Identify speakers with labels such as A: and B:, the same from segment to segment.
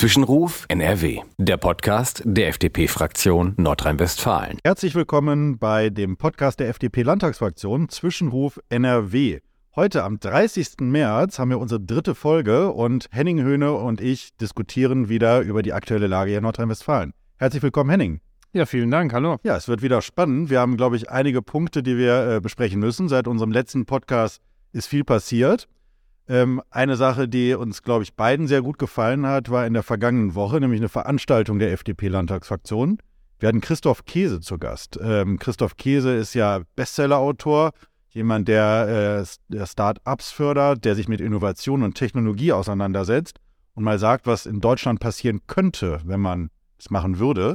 A: Zwischenruf NRW, der Podcast der FDP-Fraktion Nordrhein-Westfalen.
B: Herzlich willkommen bei dem Podcast der FDP-Landtagsfraktion Zwischenruf NRW. Heute am 30. März haben wir unsere dritte Folge und Henning Höhne und ich diskutieren wieder über die aktuelle Lage hier in Nordrhein-Westfalen. Herzlich willkommen, Henning.
C: Ja, vielen Dank. Hallo.
B: Ja, es wird wieder spannend. Wir haben, glaube ich, einige Punkte, die wir besprechen müssen. Seit unserem letzten Podcast ist viel passiert. Eine Sache, die uns, glaube ich, beiden sehr gut gefallen hat, war in der vergangenen Woche, nämlich eine Veranstaltung der FDP-Landtagsfraktion. Wir hatten Christoph Käse zu Gast. Christoph Käse ist ja Bestsellerautor, jemand, der Start-ups fördert, der sich mit Innovation und Technologie auseinandersetzt und mal sagt, was in Deutschland passieren könnte, wenn man es machen würde.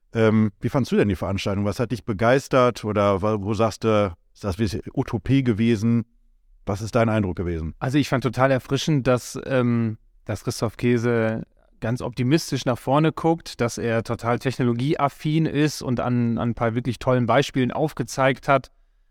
B: Wie fandst du denn die Veranstaltung? Was hat dich begeistert oder wo sagst du, ist das eine Utopie gewesen? Was ist dein Eindruck gewesen?
C: Also ich fand total erfrischend, dass Christoph Käse ganz optimistisch nach vorne guckt, dass er total technologieaffin ist und an ein paar wirklich tollen Beispielen aufgezeigt hat,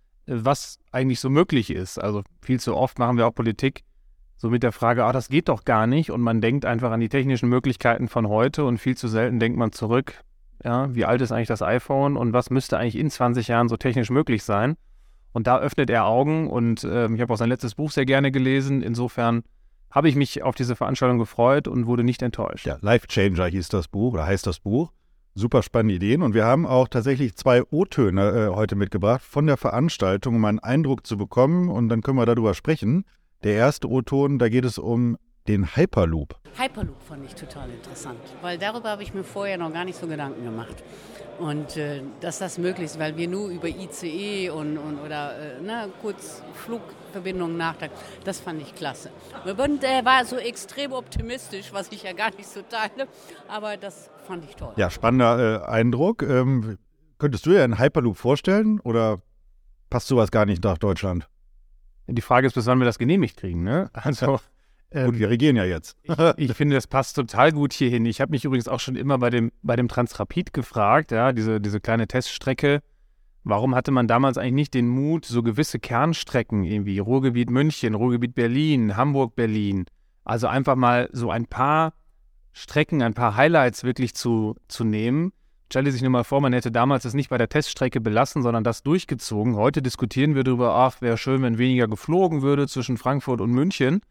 C: was eigentlich so möglich ist. Also viel zu oft machen wir auch Politik so mit der Frage, das geht doch gar nicht, und man denkt einfach an die technischen Möglichkeiten von heute und viel zu selten denkt man zurück, ja, wie alt ist eigentlich das iPhone und was müsste eigentlich in 20 Jahren so technisch möglich sein? Und da öffnet er Augen und ich habe auch sein letztes Buch sehr gerne gelesen. Insofern habe ich mich auf diese Veranstaltung gefreut und wurde nicht enttäuscht.
B: Ja, Life Changer heißt das Buch. Super spannende Ideen. Und wir haben auch tatsächlich 2 O-Töne heute mitgebracht von der Veranstaltung, um einen Eindruck zu bekommen. Und dann können wir darüber sprechen. Der erste O-Ton, da geht es um den Hyperloop.
D: Hyperloop fand ich total interessant, weil darüber habe ich mir vorher noch gar nicht so Gedanken gemacht. Und dass das möglich ist, weil wir nur über ICE oder kurz Flugverbindungen nachdenken, das fand ich klasse. Und er war so extrem optimistisch, was ich ja gar nicht so teile, aber das fand ich toll.
B: Ja, spannender Eindruck. Könntest du dir einen Hyperloop vorstellen oder passt sowas gar nicht nach Deutschland?
C: Die Frage ist, bis wann wir das genehmigt kriegen, ne? Also
B: gut, wir regieren ja jetzt.
C: Ich finde, das passt total gut hierhin. Ich habe mich übrigens auch schon immer bei dem Transrapid gefragt, ja, diese kleine Teststrecke, warum hatte man damals eigentlich nicht den Mut, so gewisse Kernstrecken irgendwie, Ruhrgebiet München, Ruhrgebiet Berlin, Hamburg Berlin, also einfach mal so ein paar Strecken, ein paar Highlights wirklich zu nehmen. Stell dir sich nur mal vor, man hätte damals das nicht bei der Teststrecke belassen, sondern das durchgezogen. Heute diskutieren wir darüber, wäre schön, wenn weniger geflogen würde zwischen Frankfurt und München.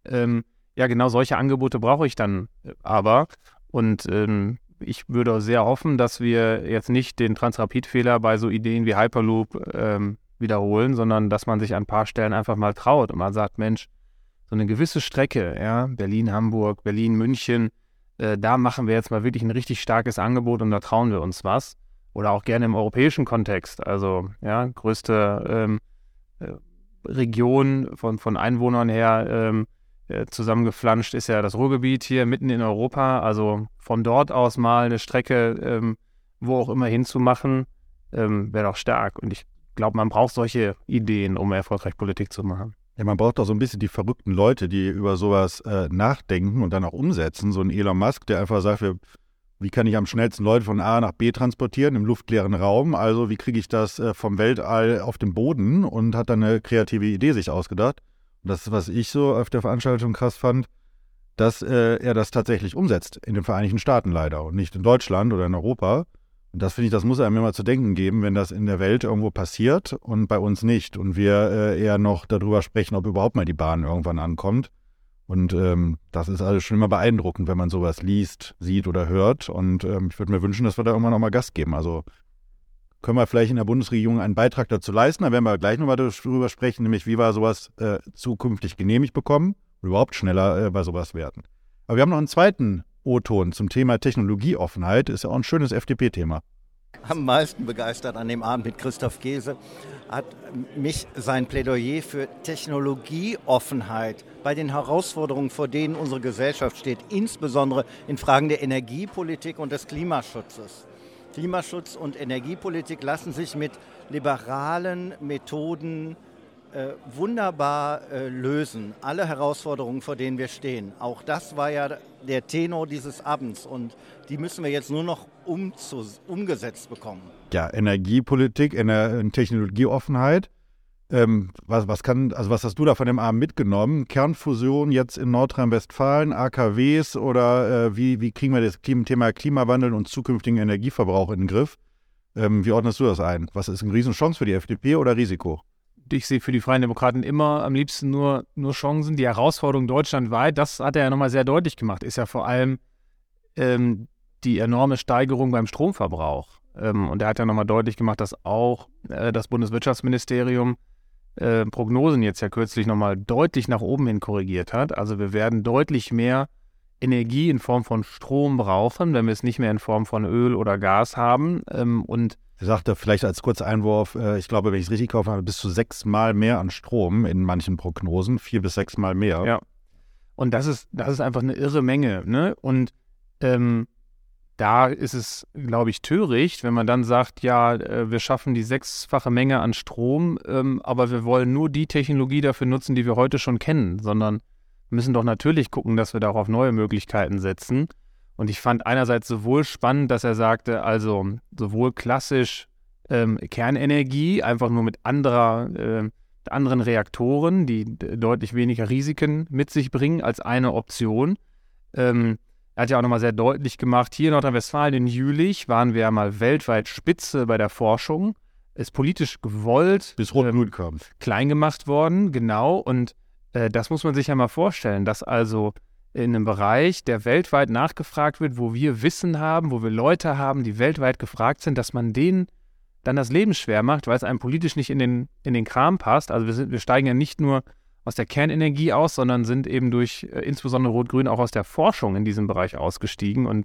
C: Ja, genau solche Angebote brauche ich dann aber. Und ich würde sehr hoffen, dass wir jetzt nicht den Transrapid-Fehler bei so Ideen wie Hyperloop wiederholen, sondern dass man sich an ein paar Stellen einfach mal traut und man sagt, Mensch, so eine gewisse Strecke, ja, Berlin-Hamburg, Berlin-München, da machen wir jetzt mal wirklich ein richtig starkes Angebot und da trauen wir uns was. Oder auch gerne im europäischen Kontext. Also, ja, größte Region von Einwohnern her zusammengeflanscht ist ja das Ruhrgebiet hier mitten in Europa. Also von dort aus mal eine Strecke, wo auch immer hinzumachen, wäre doch stark. Und ich glaube, man braucht solche Ideen, um erfolgreich Politik zu machen.
B: Ja, man braucht auch so ein bisschen die verrückten Leute, die über sowas nachdenken und dann auch umsetzen. So ein Elon Musk, der einfach sagt, wie kann ich am schnellsten Leute von A nach B transportieren im luftleeren Raum? Also wie kriege ich das vom Weltall auf den Boden? Und hat dann eine kreative Idee sich ausgedacht. Und das ist, was ich so auf der Veranstaltung krass fand, dass er das tatsächlich umsetzt in den Vereinigten Staaten leider und nicht in Deutschland oder in Europa. Und das finde ich, das muss einem immer zu denken geben, wenn das in der Welt irgendwo passiert und bei uns nicht. Und wir eher noch darüber sprechen, ob überhaupt mal die Bahn irgendwann ankommt. Und das ist alles schon immer beeindruckend, wenn man sowas liest, sieht oder hört. Und ich würde mir wünschen, dass wir da irgendwann nochmal Gas geben. Also können wir vielleicht in der Bundesregierung einen Beitrag dazu leisten. Da werden wir gleich nochmal darüber sprechen, nämlich wie wir sowas zukünftig genehmigt bekommen und überhaupt schneller bei sowas werden. Aber wir haben noch einen zweiten O-Ton zum Thema Technologieoffenheit. Ist ja auch ein schönes FDP-Thema.
E: Am meisten begeistert an dem Abend mit Christoph Käse hat mich sein Plädoyer für Technologieoffenheit bei den Herausforderungen, vor denen unsere Gesellschaft steht, insbesondere in Fragen der Energiepolitik und des Klimaschutzes. Klimaschutz und Energiepolitik lassen sich mit liberalen Methoden wunderbar lösen. Alle Herausforderungen, vor denen wir stehen. Auch das war ja der Tenor dieses Abends und die müssen wir jetzt nur noch umgesetzt bekommen.
B: Ja, Energiepolitik, Technologieoffenheit. Was hast du da von dem Abend mitgenommen? Kernfusion jetzt in Nordrhein-Westfalen, AKWs oder wie kriegen wir das Thema Klimawandel und zukünftigen Energieverbrauch in den Griff? Wie ordnest du das ein? Was ist eine Riesenchance für die FDP oder Risiko?
C: Ich sehe für die Freien Demokraten immer am liebsten nur Chancen. Die Herausforderung deutschlandweit, das hat er ja nochmal sehr deutlich gemacht, ist ja vor allem die enorme Steigerung beim Stromverbrauch. Und er hat ja nochmal deutlich gemacht, dass auch das Bundeswirtschaftsministerium Prognosen jetzt ja kürzlich nochmal deutlich nach oben hin korrigiert hat. Also wir werden deutlich mehr Energie in Form von Strom brauchen, wenn wir es nicht mehr in Form von Öl oder Gas haben. Und
B: er sagte vielleicht als kurzer Einwurf, ich glaube, wenn ich es richtig kaufe, habe bis zu 6-mal mehr an Strom in manchen Prognosen, 4 bis 6-mal mehr.
C: Ja. Und das ist einfach eine irre Menge, ne? Und da ist es, glaube ich, töricht, wenn man dann sagt, ja, wir schaffen die 6-fache Menge an Strom, aber wir wollen nur die Technologie dafür nutzen, die wir heute schon kennen, sondern müssen doch natürlich gucken, dass wir da auch auf neue Möglichkeiten setzen. Und ich fand einerseits sowohl spannend, dass er sagte, also sowohl klassisch Kernenergie, einfach nur mit anderen Reaktoren, die deutlich weniger Risiken mit sich bringen, als eine Option. Er hat ja auch nochmal sehr deutlich gemacht, hier in Nordrhein-Westfalen in Jülich waren wir ja mal weltweit Spitze bei der Forschung. Ist politisch gewollt,
B: bis Rot-Blut kam,
C: klein gemacht worden, genau. Und das muss man sich ja mal vorstellen, dass also in einem Bereich, der weltweit nachgefragt wird, wo wir Wissen haben, wo wir Leute haben, die weltweit gefragt sind, dass man denen dann das Leben schwer macht, weil es einem politisch nicht in den Kram passt. Also wir steigen ja nicht nur aus der Kernenergie aus, sondern sind eben durch insbesondere Rot-Grün auch aus der Forschung in diesem Bereich ausgestiegen. Und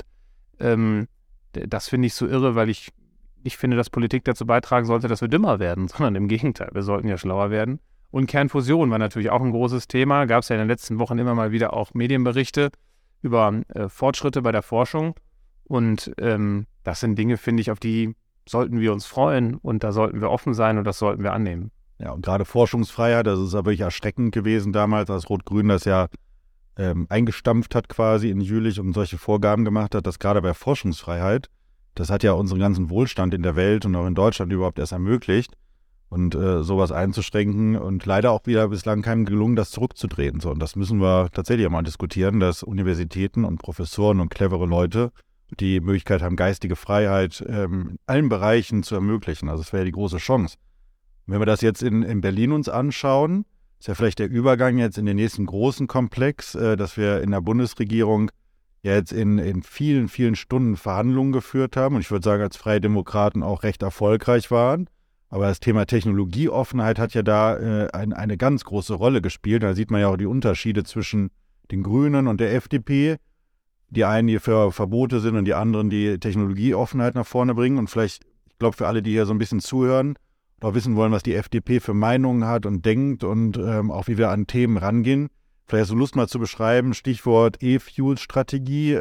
C: das finde ich so irre, weil ich nicht finde, dass Politik dazu beitragen sollte, dass wir dümmer werden, sondern im Gegenteil, wir sollten ja schlauer werden. Und Kernfusion war natürlich auch ein großes Thema. Gab es ja in den letzten Wochen immer mal wieder auch Medienberichte über Fortschritte bei der Forschung. Und das sind Dinge, finde ich, auf die sollten wir uns freuen und da sollten wir offen sein und das sollten wir annehmen.
B: Ja, und gerade Forschungsfreiheit, das ist ja wirklich erschreckend gewesen damals, als Rot-Grün das ja eingestampft hat quasi in Jülich und solche Vorgaben gemacht hat, dass gerade bei Forschungsfreiheit, das hat ja unseren ganzen Wohlstand in der Welt und auch in Deutschland überhaupt erst ermöglicht und sowas einzuschränken und leider auch wieder bislang keinem gelungen, das zurückzudrehen. So, und das müssen wir tatsächlich mal diskutieren, dass Universitäten und Professoren und clevere Leute die Möglichkeit haben, geistige Freiheit in allen Bereichen zu ermöglichen. Also das wäre ja die große Chance. Und wenn wir das jetzt in Berlin uns anschauen, ist ja vielleicht der Übergang jetzt in den nächsten großen Komplex, dass wir in der Bundesregierung ja jetzt in vielen, vielen Stunden Verhandlungen geführt haben und ich würde sagen, als Freie Demokraten auch recht erfolgreich waren. Aber das Thema Technologieoffenheit hat ja da eine ganz große Rolle gespielt. Da sieht man ja auch die Unterschiede zwischen den Grünen und der FDP. Die einen, die für Verbote sind und die anderen, die Technologieoffenheit nach vorne bringen. Und vielleicht, ich glaube, für alle, die hier so ein bisschen zuhören, oder wissen wollen, was die FDP für Meinungen hat und denkt und auch wie wir an Themen rangehen. Vielleicht hast du Lust mal zu beschreiben, Stichwort E-Fuel-Strategie,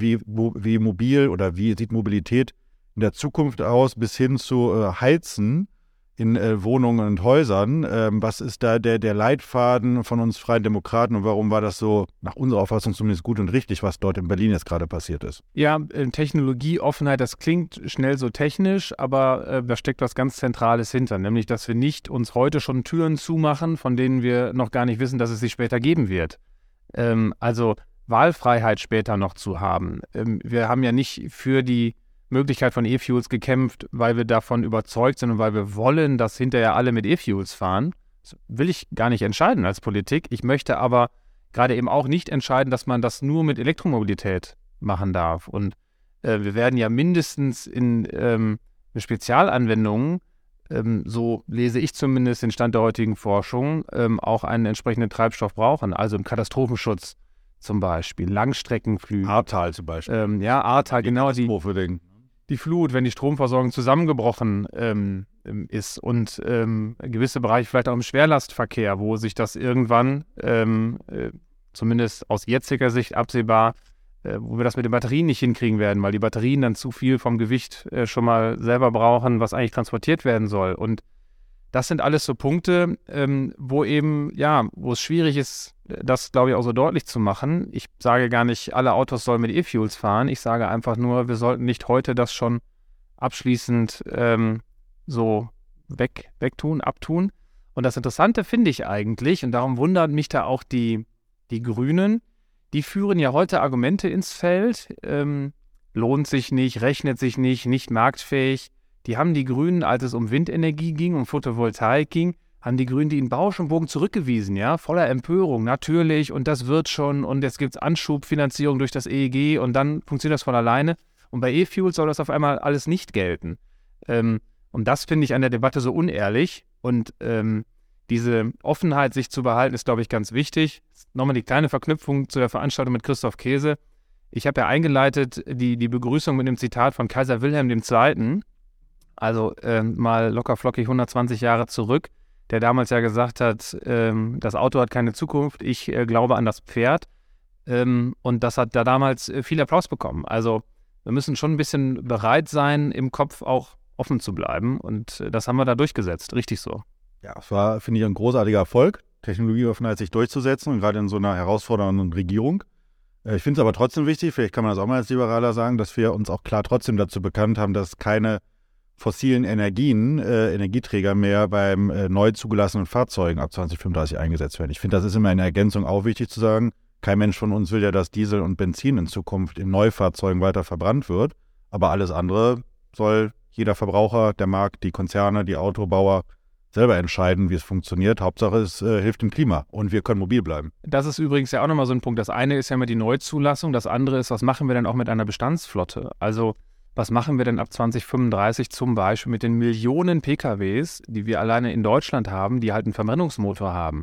B: wie mobil oder wie sieht Mobilität in der Zukunft aus, bis hin zu Heizen in Wohnungen und Häusern. Was ist da der Leitfaden von uns Freien Demokraten und warum war das so nach unserer Auffassung zumindest gut und richtig, was dort in Berlin jetzt gerade passiert ist?
C: Ja, Technologieoffenheit, das klingt schnell so technisch, aber da steckt was ganz Zentrales hinter, nämlich, dass wir nicht uns heute schon Türen zumachen, von denen wir noch gar nicht wissen, dass es sie später geben wird. Also Wahlfreiheit später noch zu haben. Wir haben ja nicht für die Möglichkeit von E-Fuels gekämpft, weil wir davon überzeugt sind und weil wir wollen, dass hinterher alle mit E-Fuels fahren. Das will ich gar nicht entscheiden als Politik. Ich möchte aber gerade eben auch nicht entscheiden, dass man das nur mit Elektromobilität machen darf. Und wir werden ja mindestens in Spezialanwendungen, so lese ich zumindest den Stand der heutigen Forschung, auch einen entsprechenden Treibstoff brauchen. Also im Katastrophenschutz zum Beispiel, Langstreckenflüge.
B: Ahrtal zum Beispiel.
C: Ja, Ahrtal, genau. Die Flut, wenn die Stromversorgung zusammengebrochen ist und gewisse Bereiche vielleicht auch im Schwerlastverkehr, wo sich das irgendwann, zumindest aus jetziger Sicht absehbar, wo wir das mit den Batterien nicht hinkriegen werden, weil die Batterien dann zu viel vom Gewicht schon mal selber brauchen, was eigentlich transportiert werden soll. Und das sind alles so Punkte, wo es schwierig ist, das, glaube ich, auch so deutlich zu machen. Ich sage gar nicht, alle Autos sollen mit E-Fuels fahren. Ich sage einfach nur, wir sollten nicht heute das schon abschließend so abtun. Und das Interessante finde ich eigentlich, und darum wundern mich da auch die Grünen, die führen ja heute Argumente ins Feld, lohnt sich nicht, rechnet sich nicht marktfähig. Die haben die Grünen, als es um Windenergie ging, um Photovoltaik ging, haben die Grünen die in Bausch und Bogen zurückgewiesen, ja, voller Empörung, natürlich, und das wird schon, und jetzt gibt es Anschubfinanzierung durch das EEG und dann funktioniert das von alleine. Und bei E-Fuels soll das auf einmal alles nicht gelten. Und das finde ich an der Debatte so unehrlich. Und diese Offenheit, sich zu behalten, ist, glaube ich, ganz wichtig. Nochmal die kleine Verknüpfung zu der Veranstaltung mit Christoph Käse. Ich habe ja eingeleitet die Begrüßung mit dem Zitat von Kaiser Wilhelm II., also mal locker flockig 120 Jahre zurück, der damals ja gesagt hat, das Auto hat keine Zukunft, ich glaube an das Pferd. Und das hat da damals viel Applaus bekommen. Also wir müssen schon ein bisschen bereit sein, im Kopf auch offen zu bleiben. Und das haben wir da durchgesetzt, richtig so.
B: Ja, es war, finde ich, ein großartiger Erfolg, Technologieoffenheit sich durchzusetzen und gerade in so einer herausfordernden Regierung. Ich finde es aber trotzdem wichtig, vielleicht kann man das auch mal als Liberaler sagen, dass wir uns auch klar trotzdem dazu bekannt haben, dass keine fossilen Energieträger mehr beim neu zugelassenen Fahrzeugen ab 2035 eingesetzt werden. Ich finde, das ist immer in der Ergänzung auch wichtig zu sagen. Kein Mensch von uns will ja, dass Diesel und Benzin in Zukunft in Neufahrzeugen weiter verbrannt wird. Aber alles andere soll jeder Verbraucher, der Markt, die Konzerne, die Autobauer selber entscheiden, wie es funktioniert. Hauptsache, es hilft dem Klima und wir können mobil bleiben.
C: Das ist übrigens ja auch nochmal so ein Punkt. Das eine ist ja immer die Neuzulassung. Das andere ist, was machen wir denn auch mit einer Bestandsflotte? Also was machen wir denn ab 2035 zum Beispiel mit den Millionen PKWs, die wir alleine in Deutschland haben, die halt einen Verbrennungsmotor haben?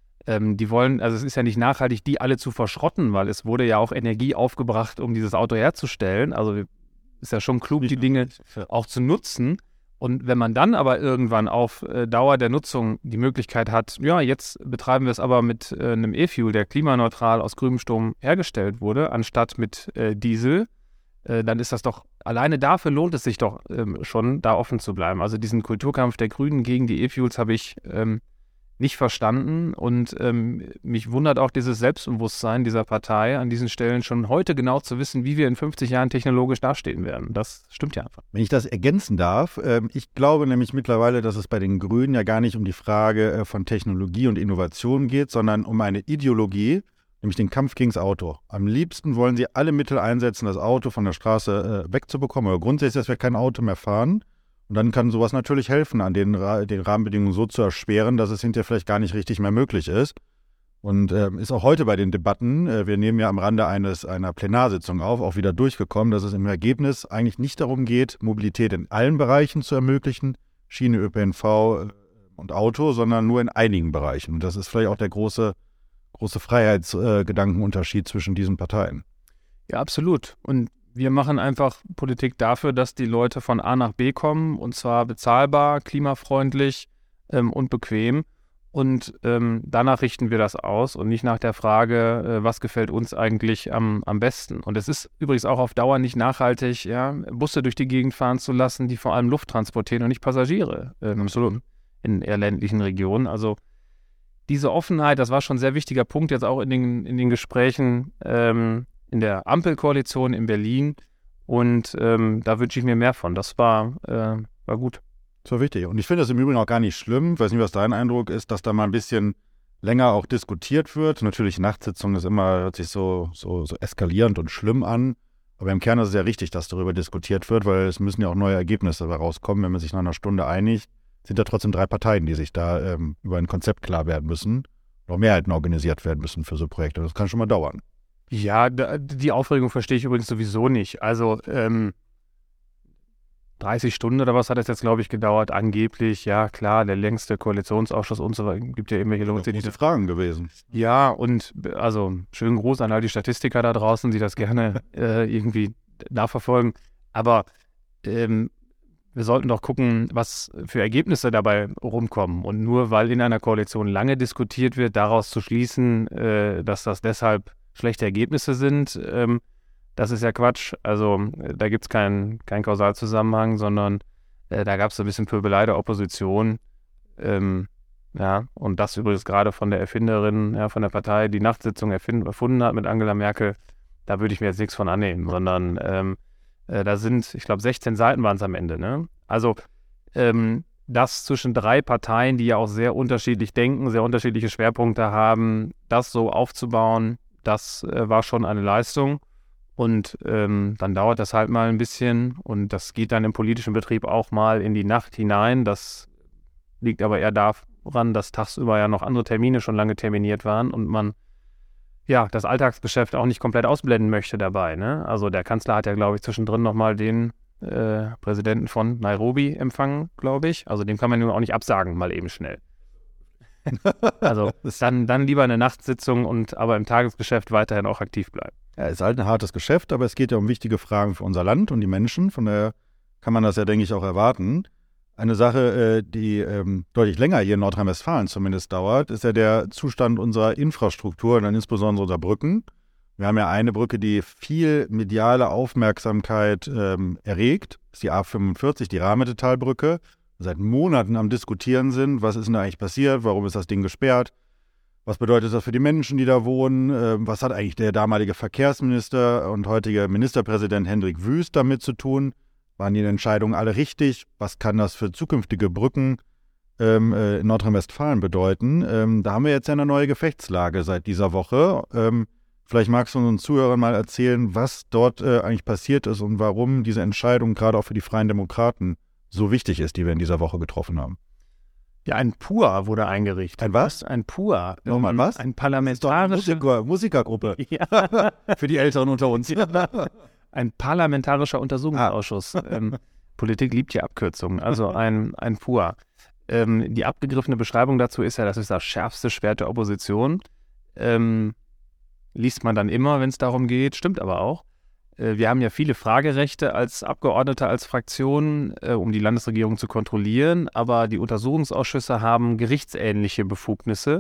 C: Die wollen, also es ist ja nicht nachhaltig, die alle zu verschrotten, weil es wurde ja auch Energie aufgebracht, um dieses Auto herzustellen. Also ist ja schon klug, die Dinge auch zu nutzen. Und wenn man dann aber irgendwann auf Dauer der Nutzung die Möglichkeit hat, ja, jetzt betreiben wir es aber mit einem E-Fuel, der klimaneutral aus grünem Strom hergestellt wurde, anstatt mit Diesel, dann ist das doch, alleine dafür lohnt es sich doch schon, da offen zu bleiben. Also diesen Kulturkampf der Grünen gegen die E-Fuels habe ich nicht verstanden und mich wundert auch dieses Selbstbewusstsein dieser Partei, an diesen Stellen schon heute genau zu wissen, wie wir in 50 Jahren technologisch dastehen werden. Das stimmt ja einfach.
B: Wenn ich das ergänzen darf, ich glaube nämlich mittlerweile, dass es bei den Grünen ja gar nicht um die Frage von Technologie und Innovation geht, sondern um eine Ideologie, nämlich den Kampf gegen das Auto. Am liebsten wollen sie alle Mittel einsetzen, das Auto von der Straße wegzubekommen, oder grundsätzlich, dass wir kein Auto mehr fahren. Und dann kann sowas natürlich helfen, an den Rahmenbedingungen so zu erschweren, dass es hinterher vielleicht gar nicht richtig mehr möglich ist. Und ist auch heute bei den Debatten, wir nehmen ja am Rande einer Plenarsitzung auf, auch wieder durchgekommen, dass es im Ergebnis eigentlich nicht darum geht, Mobilität in allen Bereichen zu ermöglichen, Schiene, ÖPNV und Auto, sondern nur in einigen Bereichen. Und das ist vielleicht auch der große Freiheitsgedankenunterschied zwischen diesen Parteien.
C: Ja, absolut. Und wir machen einfach Politik dafür, dass die Leute von A nach B kommen, und zwar bezahlbar, klimafreundlich und bequem. Und danach richten wir das aus und nicht nach der Frage, was gefällt uns eigentlich am besten. Und es ist übrigens auch auf Dauer nicht nachhaltig, ja, Busse durch die Gegend fahren zu lassen, die vor allem Luft transportieren und nicht Passagiere in eher ländlichen Regionen. Also diese Offenheit, das war schon ein sehr wichtiger Punkt jetzt auch in den Gesprächen in der Ampelkoalition in Berlin. Und da wünsche ich mir mehr von. Das war gut.
B: Das war wichtig. Und ich finde das im Übrigen auch gar nicht schlimm. Ich weiß nicht, was dein Eindruck ist, dass da mal ein bisschen länger auch diskutiert wird. Natürlich, Nachtsitzung ist immer, hört sich so eskalierend und schlimm an. Aber im Kern ist es ja richtig, dass darüber diskutiert wird, weil es müssen ja auch neue Ergebnisse dabei rauskommen. Wenn man sich nach einer Stunde einigt, sind da trotzdem 3 Parteien, die sich da über ein Konzept klar werden müssen. Noch Mehrheiten organisiert werden müssen für so Projekte. Das kann schon mal dauern.
C: Ja, die Aufregung verstehe ich übrigens sowieso nicht. Also 30 Stunden oder was hat das jetzt, glaube ich, gedauert, angeblich. Ja, klar, der längste Koalitionsausschuss und so weiter. Gibt ja irgendwelche Leute,
B: die Fragen gewesen.
C: Ja, und also schönen Gruß an all die Statistiker da draußen, die das gerne irgendwie nachverfolgen. Aber wir sollten doch gucken, was für Ergebnisse dabei rumkommen. Und nur weil in einer Koalition lange diskutiert wird, daraus zu schließen, dass das deshalb schlechte Ergebnisse sind, das ist ja Quatsch. Also da gibt es keinen Kausalzusammenhang, sondern da gab es so ein bisschen Pöbelei der Opposition. Ja, und das übrigens gerade von der Erfinderin, ja, von der Partei, die Nachtsitzung erfunden hat mit Angela Merkel, da würde ich mir jetzt nichts von annehmen, sondern da sind, ich glaube, 16 Seiten waren es am Ende. Ne? Also das zwischen 3 Parteien, die ja auch sehr unterschiedlich denken, sehr unterschiedliche Schwerpunkte haben, das so aufzubauen, das war schon eine Leistung. Und dann dauert das halt mal ein bisschen und das geht dann im politischen Betrieb auch mal in die Nacht hinein. Das liegt aber eher daran, dass tagsüber ja noch andere Termine schon lange terminiert waren und man ja das Alltagsgeschäft auch nicht komplett ausblenden möchte dabei. Ne? Also der Kanzler hat ja, glaube ich, zwischendrin nochmal den Präsidenten von Nairobi empfangen, glaube ich. Also dem kann man nun auch nicht absagen, mal eben schnell. Also dann lieber eine Nachtsitzung aber im Tagesgeschäft weiterhin auch aktiv bleiben.
B: Ja, ist halt ein hartes Geschäft, aber es geht ja um wichtige Fragen für unser Land und die Menschen. Von daher kann man das ja, denke ich, auch erwarten. Eine Sache, die deutlich länger hier in Nordrhein-Westfalen zumindest dauert, ist ja der Zustand unserer Infrastruktur und dann insbesondere unserer Brücken. Wir haben ja eine Brücke, die viel mediale Aufmerksamkeit erregt. Das ist die A45, die Rahmetetalbrücke. Seit Monaten am Diskutieren sind, was ist denn da eigentlich passiert, warum ist das Ding gesperrt, was bedeutet das für die Menschen, die da wohnen, was hat eigentlich der damalige Verkehrsminister und heutige Ministerpräsident Hendrik Wüst damit zu tun, waren die Entscheidungen alle richtig, was kann das für zukünftige Brücken in Nordrhein-Westfalen bedeuten. Da haben wir jetzt ja eine neue Gefechtslage seit dieser Woche. Vielleicht magst du unseren Zuhörern mal erzählen, was dort eigentlich passiert ist und warum diese Entscheidung gerade auch für die Freien Demokraten so wichtig ist, die wir in dieser Woche getroffen haben.
C: Ja, ein PUA wurde eingerichtet.
B: Ein was?
C: Ein PUA.
B: Nochmal was?
C: Ein parlamentarischer
B: Musikergruppe.
C: Ja.
B: Für die Älteren unter uns.
C: Ein parlamentarischer Untersuchungsausschuss. Politik liebt ja Abkürzungen. Also ein PUA. Die abgegriffene Beschreibung dazu ist ja, das ist das schärfste Schwert der Opposition. Liest man dann immer, wenn es darum geht. Stimmt aber auch. Wir haben ja viele Fragerechte als Abgeordnete, als Fraktion, um die Landesregierung zu kontrollieren, aber die Untersuchungsausschüsse haben gerichtsähnliche Befugnisse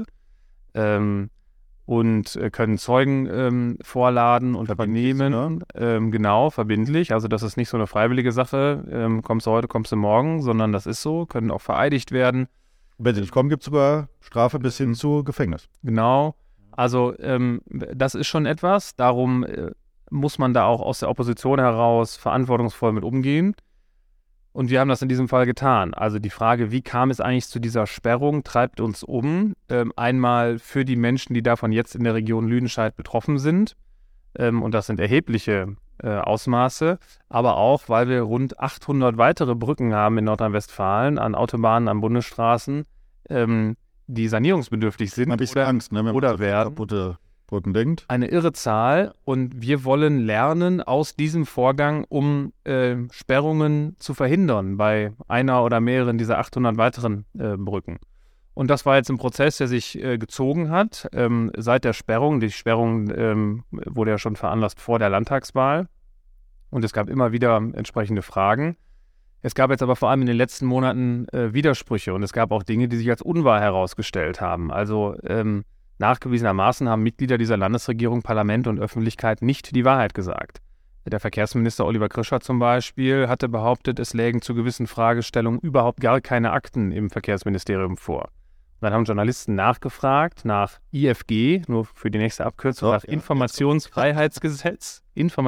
C: und können Zeugen vorladen und vernehmen. Genau, verbindlich. Also das ist nicht so eine freiwillige Sache, kommst du heute, kommst du morgen, sondern das ist so, können auch vereidigt werden.
B: Wenn sie nicht kommen, gibt es sogar Strafe bis hin zu Gefängnis.
C: Genau, also das ist schon etwas, darum muss man da auch aus der Opposition heraus verantwortungsvoll mit umgehen. Und wir haben das in diesem Fall getan. Also die Frage, wie kam es eigentlich zu dieser Sperrung, treibt uns um. Einmal für die Menschen, die davon jetzt in der Region Lüdenscheid betroffen sind. Und das sind erhebliche Ausmaße. Aber auch, weil wir rund 800 weitere Brücken haben in Nordrhein-Westfalen, an Autobahnen, an Bundesstraßen, die sanierungsbedürftig sind
B: ein bisschen Angst, ne, wenn
C: oder
B: man
C: werden.
B: Kaputte Brücken denkt.
C: Eine irre Zahl und wir wollen lernen aus diesem Vorgang, um Sperrungen zu verhindern bei einer oder mehreren dieser 800 weiteren Brücken. Und das war jetzt ein Prozess, der sich gezogen hat seit der Sperrung. Die Sperrung wurde ja schon veranlasst vor der Landtagswahl und es gab immer wieder entsprechende Fragen. Es gab jetzt aber vor allem in den letzten Monaten Widersprüche und es gab auch Dinge, die sich als unwahr herausgestellt haben. Also nachgewiesenermaßen haben Mitglieder dieser Landesregierung, Parlament und Öffentlichkeit nicht die Wahrheit gesagt. Der Verkehrsminister Oliver Krischer zum Beispiel hatte behauptet, es lägen zu gewissen Fragestellungen überhaupt gar keine Akten im Verkehrsministerium vor. Und dann haben Journalisten nachgefragt nach IFG, nur für die nächste Abkürzung, nach Informationsfreiheitsgesetz.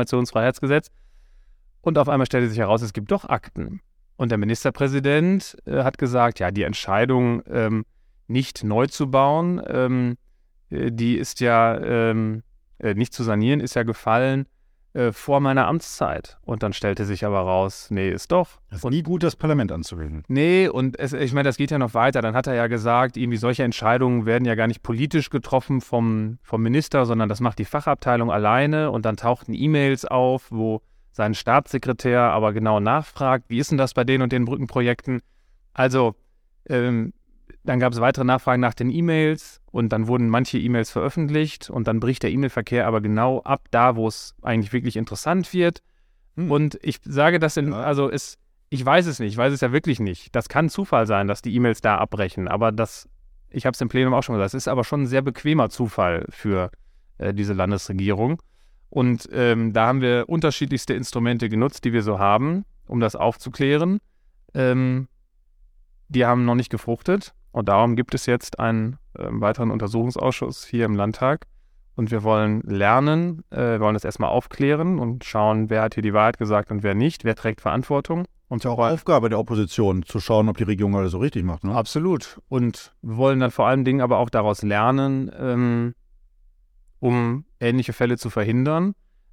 C: Und auf einmal stellte sich heraus, es gibt doch Akten. Und der Ministerpräsident hat gesagt, ja, die Entscheidung, nicht neu zu bauen, die ist ja nicht zu sanieren, ist ja gefallen vor meiner Amtszeit. Und dann stellte sich aber raus, nee, ist doch.
B: Es ist nie gut, das Parlament anzuwählen.
C: Nee, und ich meine, das geht ja noch weiter. Dann hat er ja gesagt, irgendwie solche Entscheidungen werden ja gar nicht politisch getroffen vom Minister, sondern das macht die Fachabteilung alleine. Und dann tauchten E-Mails auf, wo sein Staatssekretär aber genau nachfragt, wie ist denn das bei den und den Brückenprojekten? Also, dann gab es weitere Nachfragen nach den E-Mails und dann wurden manche E-Mails veröffentlicht und dann bricht der E-Mail-Verkehr aber genau ab da, wo es eigentlich wirklich interessant wird. Und ich sage das ich weiß es nicht, ich weiß es ja wirklich nicht. Das kann Zufall sein, dass die E-Mails da abbrechen, aber ich habe es im Plenum auch schon gesagt, es ist aber schon ein sehr bequemer Zufall für diese Landesregierung. Und da haben wir unterschiedlichste Instrumente genutzt, die wir so haben, um das aufzuklären. Die haben noch nicht gefruchtet und darum gibt es jetzt einen weiteren Untersuchungsausschuss hier im Landtag und wir wollen lernen, wir wollen das erstmal aufklären und schauen, wer hat hier die Wahrheit gesagt und wer nicht, wer trägt Verantwortung
B: Und ja auch Aufgabe der Opposition, zu schauen, ob die Regierung alles so richtig macht. Ne?
C: Absolut. Und wir wollen dann vor allen Dingen aber auch daraus lernen, um ähnliche Fälle zu verhindern.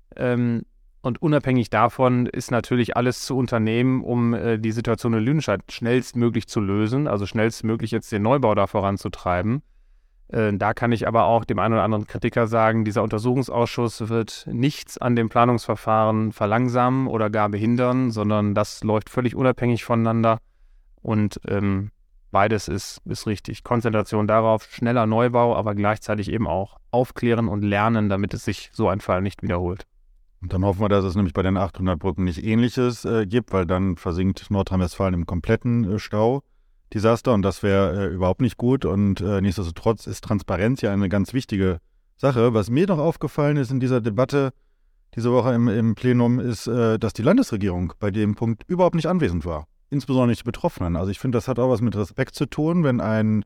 C: Und unabhängig davon ist natürlich alles zu unternehmen, um die Situation in Lüdenscheid schnellstmöglich zu lösen, also schnellstmöglich jetzt den Neubau da voranzutreiben. Da kann ich aber auch dem einen oder anderen Kritiker sagen, dieser Untersuchungsausschuss wird nichts an dem Planungsverfahren verlangsamen oder gar behindern, sondern das läuft völlig unabhängig voneinander und beides ist richtig. Konzentration darauf, schneller Neubau, aber gleichzeitig eben auch aufklären und lernen, damit es sich so ein Fall nicht wiederholt.
B: Und dann hoffen wir, dass es nämlich bei den 800 Brücken nicht Ähnliches gibt, weil dann versinkt Nordrhein-Westfalen im kompletten Staudesaster und das wäre überhaupt nicht gut. Und nichtsdestotrotz ist Transparenz ja eine ganz wichtige Sache. Was mir noch aufgefallen ist in dieser Debatte diese Woche im Plenum, ist, dass die Landesregierung bei dem Punkt überhaupt nicht anwesend war. Insbesondere nicht die Betroffenen. Also ich finde, das hat auch was mit Respekt zu tun, wenn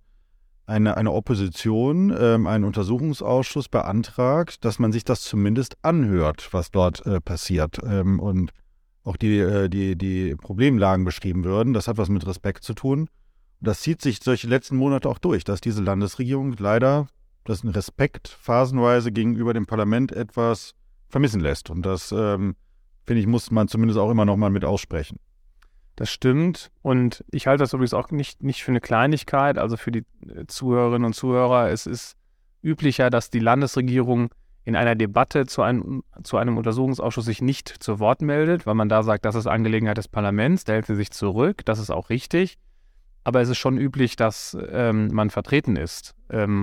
B: eine Opposition einen Untersuchungsausschuss beantragt, dass man sich das zumindest anhört, was dort passiert und auch die Problemlagen beschrieben würden. Das hat was mit Respekt zu tun. Das zieht sich solche letzten Monate auch durch, dass diese Landesregierung leider das Respekt phasenweise gegenüber dem Parlament etwas vermissen lässt. Und das, finde ich, muss man zumindest auch immer noch mal mit aussprechen.
C: Das stimmt und ich halte das übrigens auch nicht für eine Kleinigkeit, also für die Zuhörerinnen und Zuhörer. Es ist üblicher, dass die Landesregierung in einer Debatte zu einem Untersuchungsausschuss sich nicht zu Wort meldet, weil man da sagt, das ist Angelegenheit des Parlaments, da hält sie sich zurück, das ist auch richtig. Aber es ist schon üblich, dass man vertreten ist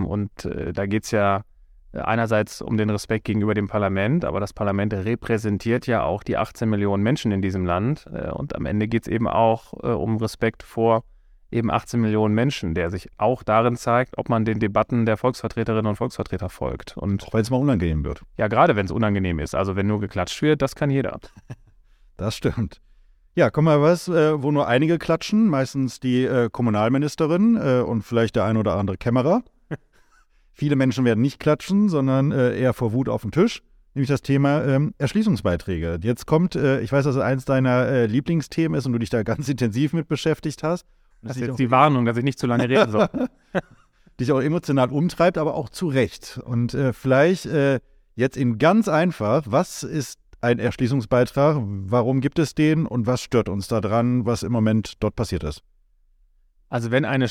C: da geht es ja einerseits um den Respekt gegenüber dem Parlament, aber das Parlament repräsentiert ja auch die 18 Millionen Menschen in diesem Land und am Ende geht es eben auch um Respekt vor eben 18 Millionen Menschen, der sich auch darin zeigt, ob man den Debatten der Volksvertreterinnen und Volksvertreter folgt. Und
B: auch weil es mal unangenehm wird.
C: Ja, gerade wenn es unangenehm ist. Also wenn nur geklatscht wird, das kann jeder.
B: Das stimmt. Ja, komm mal wo nur einige klatschen, meistens die Kommunalministerin und vielleicht der ein oder andere Kämmerer. Viele Menschen werden nicht klatschen, sondern eher vor Wut auf den Tisch, nämlich das Thema Erschließungsbeiträge. Jetzt kommt, ich weiß, dass es eins deiner Lieblingsthemen ist und du dich da ganz intensiv mit beschäftigt hast.
C: Das ist jetzt die Warnung, dass ich nicht zu lange reden soll.
B: Dich auch emotional umtreibt, aber auch zu Recht. Und vielleicht jetzt in ganz einfach, was ist ein Erschließungsbeitrag, warum gibt es den und was stört uns daran, was im Moment dort passiert ist?
C: Also wenn ein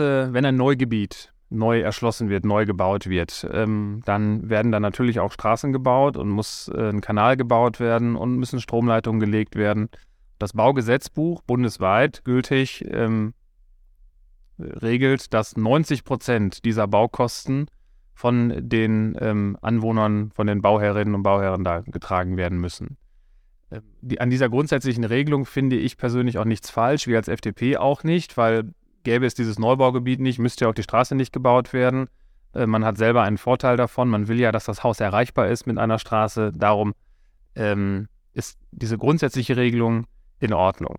C: Neugebiet neu erschlossen wird, neu gebaut wird, dann werden da natürlich auch Straßen gebaut und muss ein Kanal gebaut werden und müssen Stromleitungen gelegt werden. Das Baugesetzbuch, bundesweit gültig, regelt, dass 90% dieser Baukosten von den Anwohnern, von den Bauherrinnen und Bauherren da getragen werden müssen. An dieser grundsätzlichen Regelung finde ich persönlich auch nichts falsch, wir als FDP auch nicht, weil gäbe es dieses Neubaugebiet nicht, müsste ja auch die Straße nicht gebaut werden. Man hat selber einen Vorteil davon. Man will ja, dass das Haus erreichbar ist mit einer Straße. Darum ist diese grundsätzliche Regelung in Ordnung.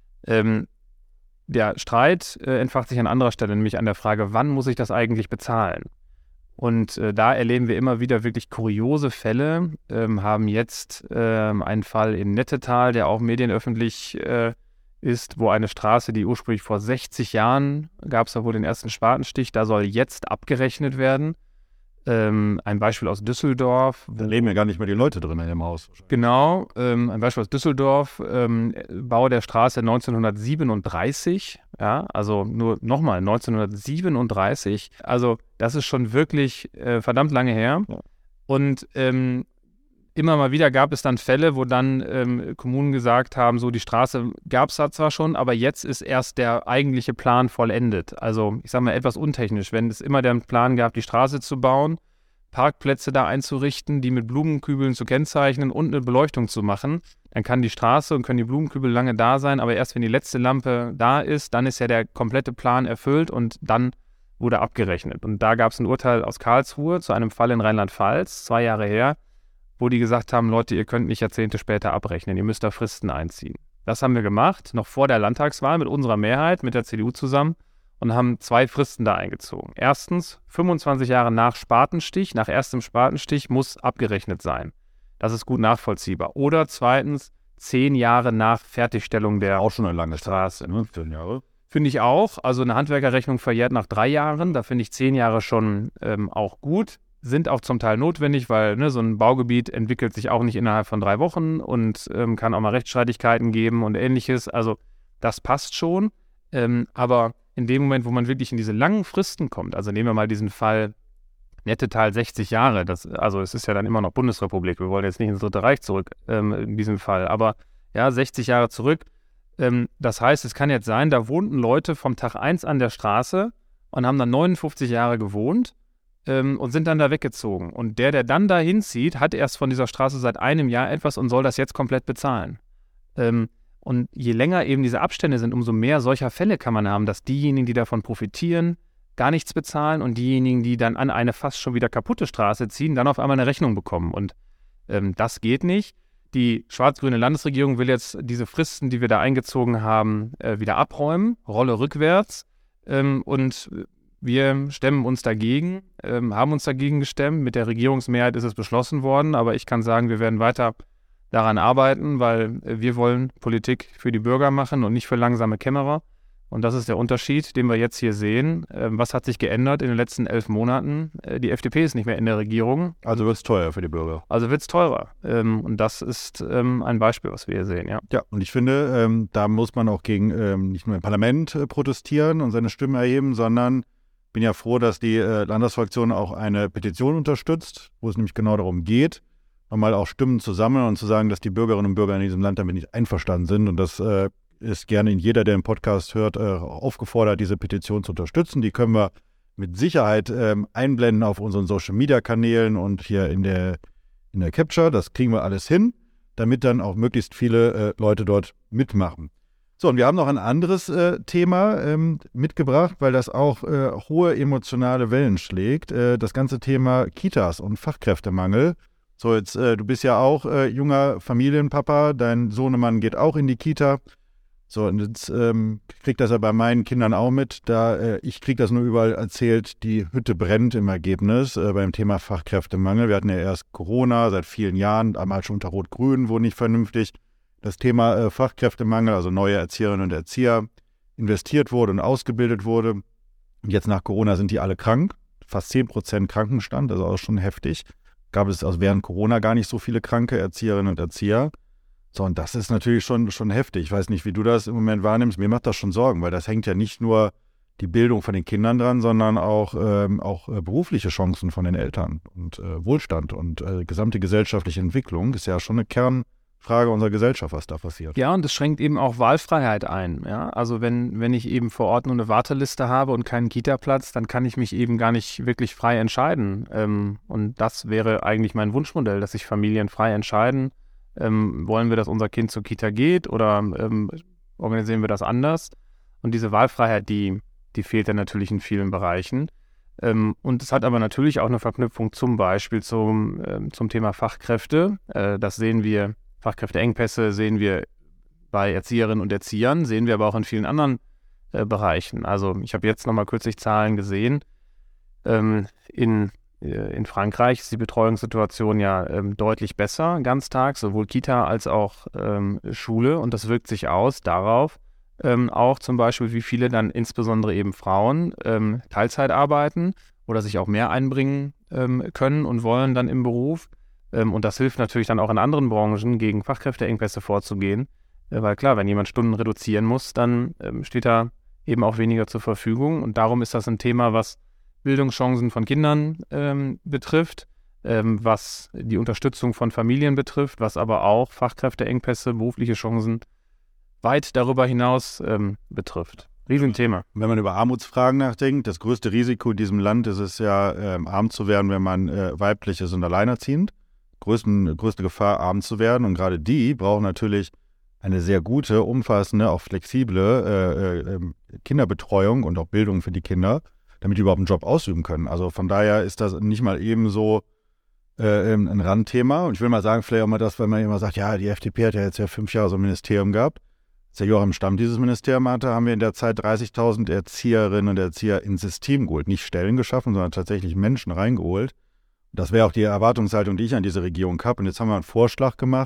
C: Der Streit entfacht sich an anderer Stelle, nämlich an der Frage, wann muss ich das eigentlich bezahlen? Und da erleben wir immer wieder wirklich kuriose Fälle. Haben jetzt einen Fall in Nettetal, der auch medienöffentlich ist, wo eine Straße, die ursprünglich vor 60 Jahren, gab es da wohl den ersten Spatenstich, da soll jetzt abgerechnet werden. Ein Beispiel aus Düsseldorf.
B: Da leben ja gar nicht mehr die Leute drin in dem Haus.
C: Genau, ein Beispiel aus Düsseldorf, Bau der Straße 1937, ja, also nur nochmal 1937, also das ist schon wirklich verdammt lange her. Ja. Und immer mal wieder gab es dann Fälle, wo dann Kommunen gesagt haben, so die Straße gab es da zwar schon, aber jetzt ist erst der eigentliche Plan vollendet. Also ich sage mal etwas untechnisch, wenn es immer den Plan gab, die Straße zu bauen, Parkplätze da einzurichten, die mit Blumenkübeln zu kennzeichnen und eine Beleuchtung zu machen, dann kann die Straße und können die Blumenkübel lange da sein, aber erst wenn die letzte Lampe da ist, dann ist ja der komplette Plan erfüllt und dann wurde abgerechnet. Und da gab es ein Urteil aus Karlsruhe zu einem Fall in Rheinland-Pfalz, 2 Jahre her, wo die gesagt haben, Leute, ihr könnt nicht Jahrzehnte später abrechnen, ihr müsst da Fristen einziehen. Das haben wir gemacht, noch vor der Landtagswahl mit unserer Mehrheit, mit der CDU zusammen und haben 2 Fristen da eingezogen. Erstens, 25 Jahre nach Spatenstich, nach erstem Spatenstich muss abgerechnet sein. Das ist gut nachvollziehbar. Oder zweitens, 10 Jahre nach Fertigstellung der
B: Auch schon eine lange
C: Straße.
B: Ne? 10 Jahre.
C: Finde ich auch. Also eine Handwerkerrechnung verjährt nach 3 Jahren. Da finde ich 10 Jahre schon auch gut. Sind auch zum Teil notwendig, weil so ein Baugebiet entwickelt sich auch nicht innerhalb von 3 Wochen und kann auch mal Rechtsstreitigkeiten geben und Ähnliches. Also das passt schon. Aber in dem Moment, wo man wirklich in diese langen Fristen kommt, also nehmen wir mal diesen Fall Nettetal 60 Jahre, also es ist ja dann immer noch Bundesrepublik, wir wollen jetzt nicht ins Dritte Reich zurück in diesem Fall, aber ja, 60 Jahre zurück. Das heißt, es kann jetzt sein, da wohnten Leute vom Tag 1 an der Straße und haben dann 59 Jahre gewohnt und sind dann da weggezogen. Und der dann da hinzieht, hat erst von dieser Straße seit einem Jahr etwas und soll das jetzt komplett bezahlen. Und je länger eben diese Abstände sind, umso mehr solcher Fälle kann man haben, dass diejenigen, die davon profitieren, gar nichts bezahlen und diejenigen, die dann an eine fast schon wieder kaputte Straße ziehen, dann auf einmal eine Rechnung bekommen. Und das geht nicht. Die schwarz-grüne Landesregierung will jetzt diese Fristen, die wir da eingezogen haben, wieder abräumen, Rolle rückwärts. Und wir stemmen uns dagegen, haben uns dagegen gestemmt. Mit der Regierungsmehrheit ist es beschlossen worden, aber ich kann sagen, wir werden weiter daran arbeiten, weil wir wollen Politik für die Bürger machen und nicht für langsame Kämmerer. Und das ist der Unterschied, den wir jetzt hier sehen. Was hat sich geändert in den letzten 11 Monaten? Die FDP ist nicht mehr in der Regierung.
B: Also wird es teuer für die Bürger.
C: Also wird es teurer. Und das ist ein Beispiel, was wir hier sehen, ja.
B: Ja, und ich finde, da muss man auch gegen nicht nur im Parlament protestieren und seine Stimme erheben, sondern bin ja froh, dass die Landtagsfraktion auch eine Petition unterstützt, wo es nämlich genau darum geht, nochmal auch Stimmen zu sammeln und zu sagen, dass die Bürgerinnen und Bürger in diesem Land damit nicht einverstanden sind. Und das ist gerne jeder, der den Podcast hört, aufgefordert, diese Petition zu unterstützen. Die können wir mit Sicherheit einblenden auf unseren Social-Media-Kanälen und hier in der Capture. Das kriegen wir alles hin, damit dann auch möglichst viele Leute dort mitmachen. So, und wir haben noch ein anderes Thema mitgebracht, weil das auch hohe emotionale Wellen schlägt. Das ganze Thema Kitas und Fachkräftemangel. So, jetzt, du bist ja auch junger Familienpapa, dein Sohnemann geht auch in die Kita. So, und jetzt krieg das ja bei meinen Kindern auch mit, ich krieg das nur überall erzählt, die Hütte brennt im Ergebnis beim Thema Fachkräftemangel. Wir hatten ja erst Corona seit vielen Jahren, einmal schon unter Rot-Grün, wo nicht vernünftig das Thema Fachkräftemangel, also neue Erzieherinnen und Erzieher, investiert wurde und ausgebildet wurde. Und jetzt nach Corona sind die alle krank, fast 10% Krankenstand, also auch schon heftig. Gab es also während Corona gar nicht so viele kranke Erzieherinnen und Erzieher. So, und das ist natürlich schon heftig. Ich weiß nicht, wie du das im Moment wahrnimmst. Mir macht das schon Sorgen, weil das hängt ja nicht nur die Bildung von den Kindern dran, sondern auch berufliche Chancen von den Eltern und Wohlstand und gesamte gesellschaftliche Entwicklung ist ja schon eine Kernfrage unserer Gesellschaft, was da passiert.
C: Ja, und das schränkt eben auch Wahlfreiheit ein. Ja? Also wenn ich eben vor Ort nur eine Warteliste habe und keinen Kita-Platz, dann kann ich mich eben gar nicht wirklich frei entscheiden. Und das wäre eigentlich mein Wunschmodell, dass sich Familien frei entscheiden. Wollen wir, dass unser Kind zur Kita geht oder organisieren wir das anders? Und diese Wahlfreiheit, die fehlt dann natürlich in vielen Bereichen. Und es hat aber natürlich auch eine Verknüpfung zum Beispiel zum Thema Fachkräfte. Das sehen wir, Fachkräfteengpässe sehen wir bei Erzieherinnen und Erziehern, sehen wir aber auch in vielen anderen Bereichen. Also ich habe jetzt nochmal kürzlich Zahlen gesehen. In Frankreich ist die Betreuungssituation ja deutlich besser, ganztags, sowohl Kita als auch Schule. Und das wirkt sich aus darauf, auch zum Beispiel, wie viele dann insbesondere eben Frauen Teilzeit arbeiten oder sich auch mehr einbringen können und wollen dann im Beruf. Und das hilft natürlich dann auch in anderen Branchen, gegen Fachkräfteengpässe vorzugehen. Weil klar, wenn jemand Stunden reduzieren muss, dann steht da eben auch weniger zur Verfügung. Und darum ist das ein Thema, was Bildungschancen von Kindern betrifft, was die Unterstützung von Familien betrifft, was aber auch Fachkräfteengpässe, berufliche Chancen weit darüber hinaus betrifft. Riesenthema.
B: Wenn man über Armutsfragen nachdenkt, das größte Risiko in diesem Land ist es ja, arm zu werden, wenn man weiblich ist und alleinerziehend. Größte Gefahr, arm zu werden. Und gerade die brauchen natürlich eine sehr gute, umfassende, auch flexible Kinderbetreuung und auch Bildung für die Kinder, damit die überhaupt einen Job ausüben können. Also von daher ist das nicht mal eben so ein Randthema. Und ich will mal sagen, vielleicht auch mal das, weil man immer sagt, ja, die FDP hat ja jetzt 5 Jahre so ein Ministerium gehabt. Als der Joachim Stamm dieses Ministerium hatte, haben wir in der Zeit 30.000 Erzieherinnen und Erzieher ins System geholt. Nicht Stellen geschaffen, sondern tatsächlich Menschen reingeholt. Das wäre auch die Erwartungshaltung, die ich an diese Regierung habe. Und jetzt haben wir einen Vorschlag gemacht,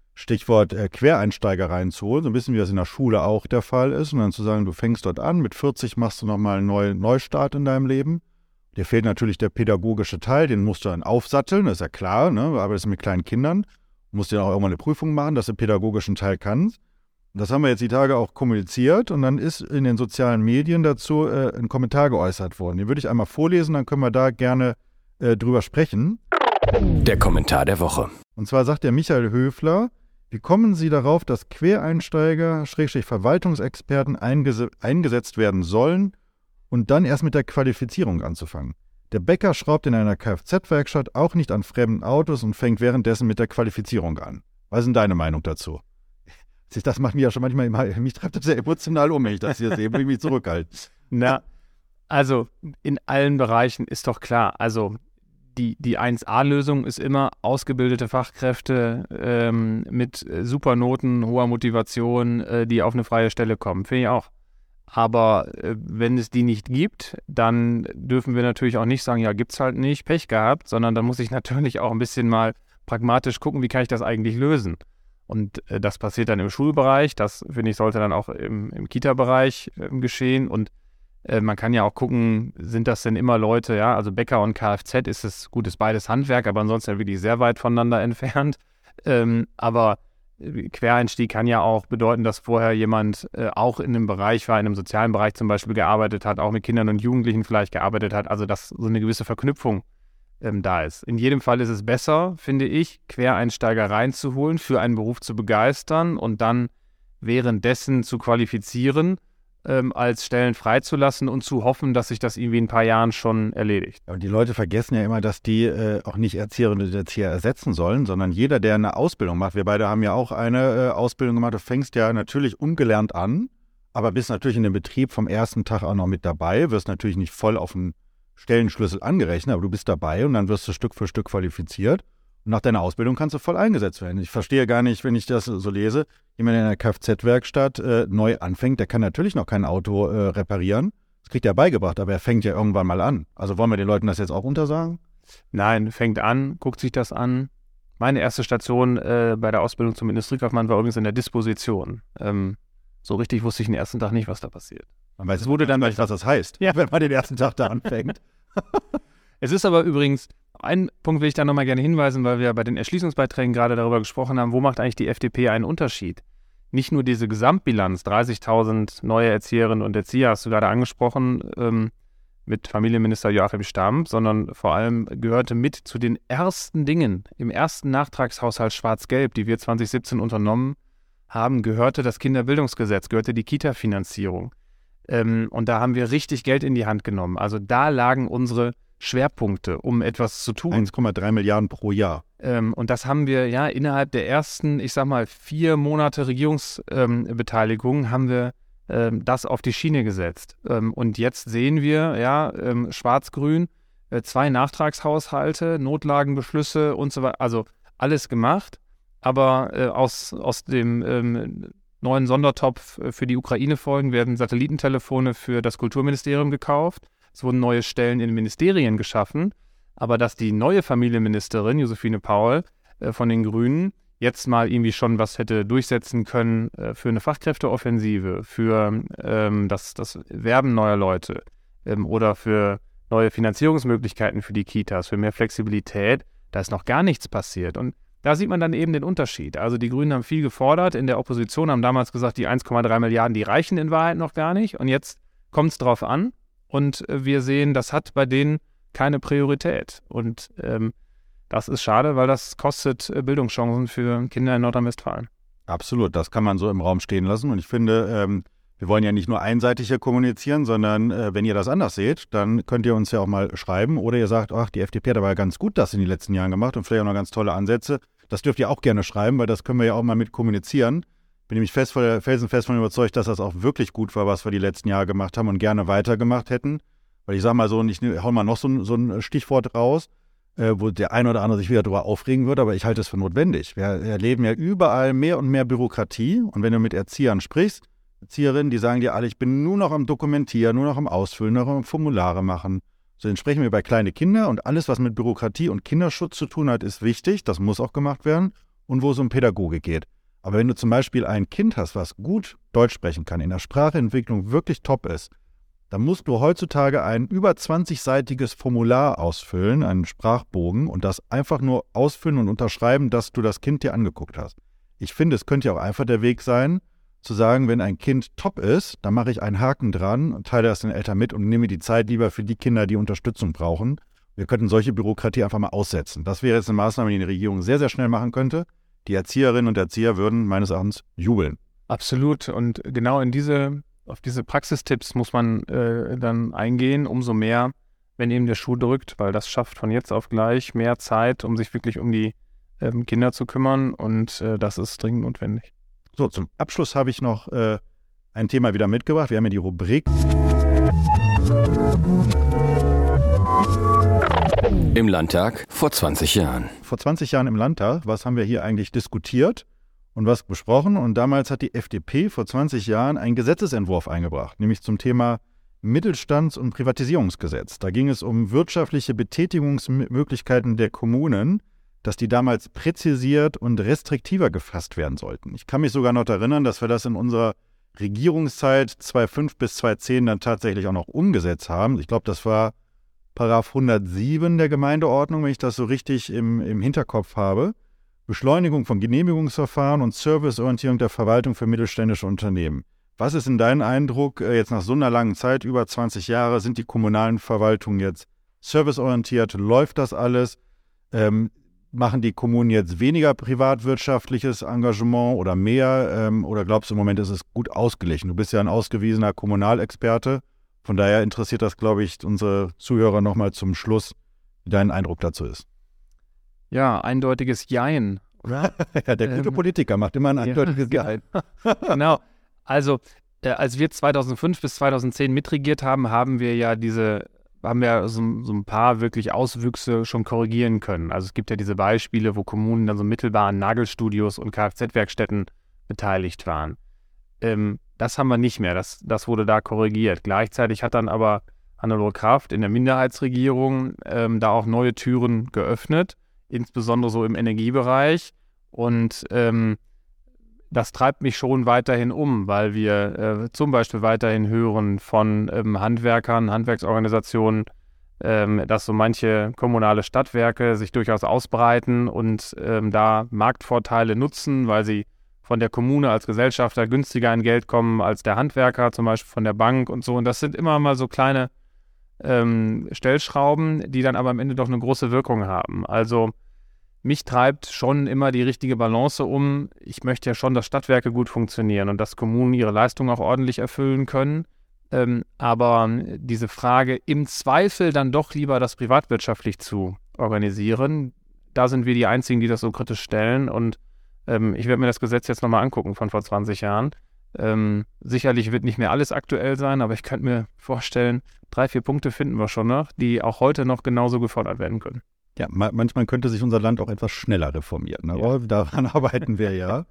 B: Stichwort Quereinsteiger reinzuholen, so ein bisschen wie das in der Schule auch der Fall ist. Und dann zu sagen, du fängst dort an, mit 40 machst du nochmal einen Neustart in deinem Leben. Dir fehlt natürlich der pädagogische Teil, den musst du dann aufsatteln, das ist ja klar, ne? Du arbeitest mit kleinen Kindern, musst dir auch irgendwann eine Prüfung machen, dass du den pädagogischen Teil kannst. Das haben wir jetzt die Tage auch kommuniziert und dann ist in den sozialen Medien dazu ein Kommentar geäußert worden. Den würde ich einmal vorlesen, dann können wir da gerne drüber sprechen.
A: Der Kommentar der Woche.
B: Und zwar sagt der Michael Höfler: Wie kommen Sie darauf, dass Quereinsteiger, Verwaltungsexperten eingesetzt werden sollen und dann erst mit der Qualifizierung anzufangen? Der Bäcker schraubt in einer Kfz-Werkstatt auch nicht an fremden Autos und fängt währenddessen mit der Qualifizierung an. Was ist denn deine Meinung dazu? Das macht mich ja schon manchmal, mich treibt das sehr emotional um, wenn ich das hier sehe, will ich mich zurückhalten.
C: Na, also in allen Bereichen ist doch klar, also die 1A-Lösung ist immer ausgebildete Fachkräfte mit super Noten, hoher Motivation, die auf eine freie Stelle kommen, finde ich auch. Aber wenn es die nicht gibt, dann dürfen wir natürlich auch nicht sagen, ja, gibt's halt nicht, Pech gehabt, sondern dann muss ich natürlich auch ein bisschen mal pragmatisch gucken, wie kann ich das eigentlich lösen. Und das passiert dann im Schulbereich, das, finde ich, sollte dann auch im Kita-Bereich geschehen. Und man kann ja auch gucken, sind das denn immer Leute, ja, also Bäcker und Kfz ist beides Handwerk, aber ansonsten ja wirklich sehr weit voneinander entfernt. Aber Quereinstieg kann ja auch bedeuten, dass vorher jemand auch in einem Bereich war, in einem sozialen Bereich zum Beispiel gearbeitet hat, auch mit Kindern und Jugendlichen vielleicht gearbeitet hat, also dass so eine gewisse Verknüpfung da ist. In jedem Fall ist es besser, finde ich, Quereinsteiger reinzuholen, für einen Beruf zu begeistern und dann währenddessen zu qualifizieren, als Stellen freizulassen und zu hoffen, dass sich das irgendwie in ein paar Jahren schon erledigt.
B: Und die Leute vergessen ja immer, dass die auch nicht Erzieherinnen und Erzieher ersetzen sollen, sondern jeder, der eine Ausbildung macht, wir beide haben ja auch eine Ausbildung gemacht, du fängst ja natürlich ungelernt an, aber bist natürlich in dem Betrieb vom ersten Tag auch noch mit dabei, wirst natürlich nicht voll auf den Stellenschlüssel angerechnet, aber du bist dabei und dann wirst du Stück für Stück qualifiziert. Und nach deiner Ausbildung kannst du voll eingesetzt werden. Ich verstehe gar nicht, wenn ich das so lese, jemand in einer Kfz-Werkstatt neu anfängt, der kann natürlich noch kein Auto reparieren. Das kriegt er beigebracht, aber er fängt ja irgendwann mal an. Also wollen wir den Leuten das jetzt auch untersagen?
C: Nein, fängt an, guckt sich das an. Meine erste Station bei der Ausbildung zum Industriekaufmann war übrigens in der Disposition. So richtig wusste ich den ersten Tag nicht, was da passiert.
B: Man weiß wurde dann nicht, was das heißt,
C: ja,
B: wenn man den ersten Tag da anfängt.
C: Es ist aber übrigens, einen Punkt will ich da nochmal gerne hinweisen, weil wir bei den Erschließungsbeiträgen gerade darüber gesprochen haben, wo macht eigentlich die FDP einen Unterschied? Nicht nur diese Gesamtbilanz, 30.000 neue Erzieherinnen und Erzieher, hast du gerade angesprochen, mit Familienminister Joachim Stamp, sondern vor allem gehörte mit zu den ersten Dingen im ersten Nachtragshaushalt Schwarz-Gelb, die wir 2017 unternommen haben, gehörte das Kinderbildungsgesetz, gehörte die Kita-Finanzierung. Und da haben wir richtig Geld in die Hand genommen. Also da lagen unsere Schwerpunkte, um etwas zu tun.
B: 1,3 Milliarden pro Jahr.
C: Und das haben wir ja innerhalb der ersten, 4 Monate Regierungsbeteiligung haben wir das auf die Schiene gesetzt. Und jetzt sehen wir, Schwarz-Grün, 2 Nachtragshaushalte, Notlagenbeschlüsse und so weiter, also alles gemacht. Aber aus dem neuen Sondertopf für die Ukraine-Folgen werden Satellitentelefone für das Kulturministerium gekauft. Es wurden neue Stellen in den Ministerien geschaffen. Aber dass die neue Familienministerin, Josephine Paul von den Grünen, jetzt mal irgendwie schon was hätte durchsetzen können für eine Fachkräfteoffensive, für das Werben neuer Leute oder für neue Finanzierungsmöglichkeiten für die Kitas, für mehr Flexibilität, da ist noch gar nichts passiert. Und da sieht man dann eben den Unterschied. Also die Grünen haben viel gefordert, in der Opposition haben damals gesagt, die 1,3 Milliarden, die reichen in Wahrheit noch gar nicht. Und jetzt kommt es drauf an und wir sehen, das hat bei denen keine Priorität. Und das ist schade, weil das kostet Bildungschancen für Kinder in Nordrhein-Westfalen.
B: Absolut, das kann man so im Raum stehen lassen. Und ich finde, wir wollen ja nicht nur einseitig hier kommunizieren, sondern wenn ihr das anders seht, dann könnt ihr uns ja auch mal schreiben. Oder ihr sagt, ach, die FDP hat aber ganz gut das in den letzten Jahren gemacht und vielleicht auch noch ganz tolle Ansätze. Das dürft ihr auch gerne schreiben, weil das können wir ja auch mal mit kommunizieren. Bin nämlich felsenfest von überzeugt, dass das auch wirklich gut war, was wir die letzten Jahre gemacht haben und gerne weitergemacht hätten. Weil ich sage mal so, ich hau mal noch so ein Stichwort raus, wo der eine oder andere sich wieder darüber aufregen wird, aber ich halte es für notwendig. Wir erleben ja überall mehr und mehr Bürokratie und wenn du mit Erziehern sprichst, Erzieherinnen, die sagen dir alle, ich bin nur noch am Dokumentieren, nur noch am Ausfüllen, nur noch am Formulare machen. So, dann sprechen wir über kleine Kinder und alles, was mit Bürokratie und Kinderschutz zu tun hat, ist wichtig, das muss auch gemacht werden. und wo es um Pädagogik geht. Aber wenn du zum Beispiel ein Kind hast, was gut Deutsch sprechen kann, in der Sprachentwicklung wirklich top ist, dann musst du heutzutage ein über 20-seitiges Formular ausfüllen, einen Sprachbogen, und das einfach nur ausfüllen und unterschreiben, dass du das Kind dir angeguckt hast. Ich finde, es könnte ja auch einfach der Weg sein, zu sagen, wenn ein Kind top ist, dann mache ich einen Haken dran und teile das den Eltern mit und nehme die Zeit lieber für die Kinder, die Unterstützung brauchen. Wir könnten solche Bürokratie einfach mal aussetzen. Das wäre jetzt eine Maßnahme, die die Regierung sehr, sehr schnell machen könnte. Die Erzieherinnen und Erzieher würden meines Erachtens jubeln.
C: Absolut. Und genau auf diese Praxistipps muss man dann eingehen, umso mehr, wenn eben der Schuh drückt, weil das schafft von jetzt auf gleich mehr Zeit, um sich wirklich um die Kinder zu kümmern, und das ist dringend notwendig.
B: So, zum Abschluss habe ich noch ein Thema wieder mitgebracht. Wir haben ja die Rubrik
A: Im Landtag vor 20 Jahren.
B: Vor 20 Jahren im Landtag. Was haben wir hier eigentlich diskutiert und was besprochen? Und damals hat die FDP vor 20 Jahren einen Gesetzesentwurf eingebracht, nämlich zum Thema Mittelstands- und Privatisierungsgesetz. Da ging es um wirtschaftliche Betätigungsmöglichkeiten der Kommunen, dass die damals präzisiert und restriktiver gefasst werden sollten. Ich kann mich sogar noch erinnern, dass wir das in unserer Regierungszeit 2005 bis 2010 dann tatsächlich auch noch umgesetzt haben. Ich glaube, das war Paragraph 107 der Gemeindeordnung, wenn ich das so richtig im Hinterkopf habe. Beschleunigung von Genehmigungsverfahren und Serviceorientierung der Verwaltung für mittelständische Unternehmen. Was ist in deinem Eindruck, jetzt nach so einer langen Zeit, über 20 Jahre, sind die kommunalen Verwaltungen jetzt serviceorientiert? Läuft das alles? Machen die Kommunen jetzt weniger privatwirtschaftliches Engagement oder mehr? Oder glaubst du im Moment, ist es gut ausgeglichen? Du bist ja ein ausgewiesener Kommunalexperte. Von daher interessiert das, glaube ich, unsere Zuhörer nochmal zum Schluss, wie dein Eindruck dazu ist.
C: Ja, eindeutiges Jein, oder?
B: Ja, der gute Politiker macht immer ein eindeutiges Jein.
C: Genau. Also, als wir 2005 bis 2010 mitregiert haben, haben wir so ein paar wirklich Auswüchse schon korrigieren können. Also es gibt ja diese Beispiele, wo Kommunen dann so mittelbar an Nagelstudios und Kfz-Werkstätten beteiligt waren. Das haben wir nicht mehr, das wurde da korrigiert. Gleichzeitig hat dann aber Hannelore Kraft in der Minderheitsregierung da auch neue Türen geöffnet, insbesondere so im Energiebereich. Und das treibt mich schon weiterhin um, weil wir zum Beispiel weiterhin hören von Handwerkern, Handwerksorganisationen, dass so manche kommunale Stadtwerke sich durchaus ausbreiten und da Marktvorteile nutzen, weil sie von der Kommune als Gesellschafter günstiger an Geld kommen als der Handwerker, zum Beispiel von der Bank und so. Und das sind immer mal so kleine Stellschrauben, die dann aber am Ende doch eine große Wirkung haben. Also mich treibt schon immer die richtige Balance um. Ich möchte ja schon, dass Stadtwerke gut funktionieren und dass Kommunen ihre Leistungen auch ordentlich erfüllen können. Aber diese Frage, im Zweifel dann doch lieber das privatwirtschaftlich zu organisieren, da sind wir die Einzigen, die das so kritisch stellen. Und ich werde mir das Gesetz jetzt nochmal angucken von vor 20 Jahren. Sicherlich wird nicht mehr alles aktuell sein, aber ich könnte mir vorstellen, 3-4 Punkte finden wir schon noch, die auch heute noch genauso gefordert werden können.
B: Ja, manchmal könnte sich unser Land auch etwas schneller reformieren. Aber daran arbeiten wir ja.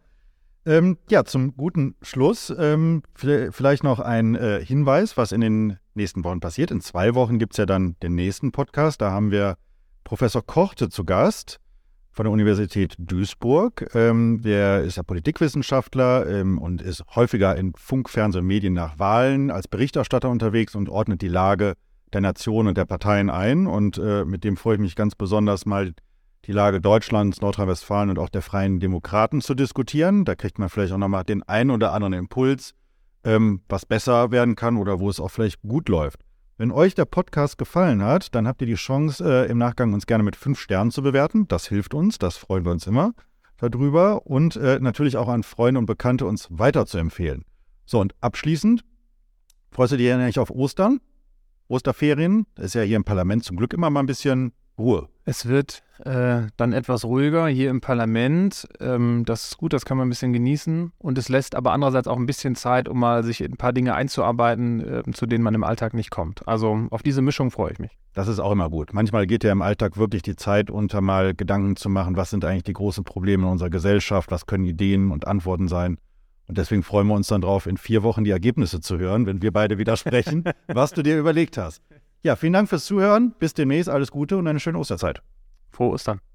B: Ja, zum guten Schluss vielleicht noch ein Hinweis, was in den nächsten Wochen passiert. In 2 Wochen gibt es ja dann den nächsten Podcast. Da haben wir Professor Korte zu Gast von der Universität Duisburg. Der ist ja Politikwissenschaftler und ist häufiger in Funk, Fernsehen und Medien nach Wahlen als Berichterstatter unterwegs und ordnet die Lage der Nation und der Parteien ein. Und mit dem freue ich mich ganz besonders, mal die Lage Deutschlands, Nordrhein-Westfalen und auch der Freien Demokraten zu diskutieren. Da kriegt man vielleicht auch nochmal den einen oder anderen Impuls, was besser werden kann oder wo es auch vielleicht gut läuft. Wenn euch der Podcast gefallen hat, dann habt ihr die Chance, im Nachgang uns gerne mit 5 Sternen zu bewerten. Das hilft uns, das freuen wir uns immer darüber. Und natürlich auch an Freunde und Bekannte uns weiterzuempfehlen. So, und abschließend, freust du dich eigentlich auf Ostern? Osterferien? Da ist ja hier im Parlament zum Glück immer mal ein bisschen Ruhe.
C: Es wird dann etwas ruhiger hier im Parlament. Das ist gut, das kann man ein bisschen genießen. Und es lässt aber andererseits auch ein bisschen Zeit, um mal sich in ein paar Dinge einzuarbeiten, zu denen man im Alltag nicht kommt. Also auf diese Mischung freue ich mich.
B: Das ist auch immer gut. Manchmal geht ja im Alltag wirklich die Zeit unter, mal Gedanken zu machen, was sind eigentlich die großen Probleme in unserer Gesellschaft, was können Ideen und Antworten sein. Und deswegen freuen wir uns dann drauf, in 4 Wochen die Ergebnisse zu hören, wenn wir beide wieder sprechen, was du dir überlegt hast. Ja, vielen Dank fürs Zuhören. Bis demnächst, alles Gute und eine schöne Osterzeit.
C: Frohe Ostern.